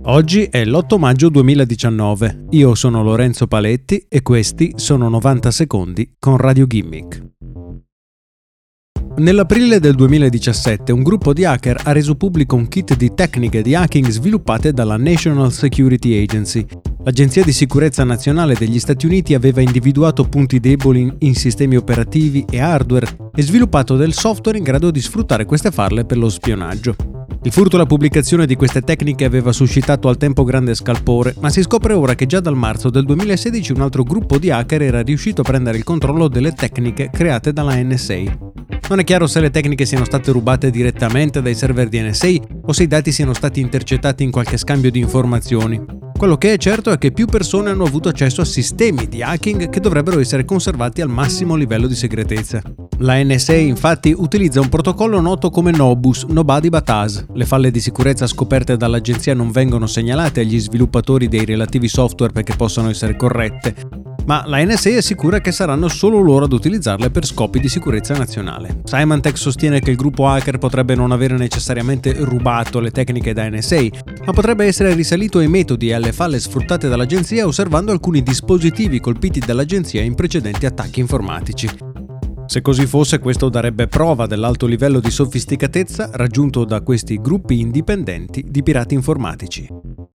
Oggi è l'8 maggio 2019, io sono Lorenzo Paletti e questi sono 90 secondi con Radio Gimmick. Nell'aprile del 2017 un gruppo di hacker ha reso pubblico un kit di tecniche di hacking sviluppate dalla National Security Agency. L'Agenzia di Sicurezza Nazionale degli Stati Uniti aveva individuato punti deboli in sistemi operativi e hardware e sviluppato del software in grado di sfruttare queste falle per lo spionaggio. Il furto e la pubblicazione di queste tecniche aveva suscitato al tempo grande scalpore, ma si scopre ora che già dal marzo del 2016 un altro gruppo di hacker era riuscito a prendere il controllo delle tecniche create dalla NSA. Non è chiaro se le tecniche siano state rubate direttamente dai server di NSA o se i dati siano stati intercettati in qualche scambio di informazioni. Quello che è certo è che più persone hanno avuto accesso a sistemi di hacking che dovrebbero essere conservati al massimo livello di segretezza. La NSA infatti utilizza un protocollo noto come NOBUS, Nobody But Us. Le falle di sicurezza scoperte dall'agenzia non vengono segnalate agli sviluppatori dei relativi software perché possano essere corrette, ma la NSA è sicura che saranno solo loro ad utilizzarle per scopi di sicurezza nazionale. Symantec sostiene che il gruppo hacker potrebbe non avere necessariamente rubato le tecniche da NSA, ma potrebbe essere risalito ai metodi e alle falle sfruttate dall'agenzia osservando alcuni dispositivi colpiti dall'agenzia in precedenti attacchi informatici. Se così fosse, questo darebbe prova dell'alto livello di sofisticatezza raggiunto da questi gruppi indipendenti di pirati informatici.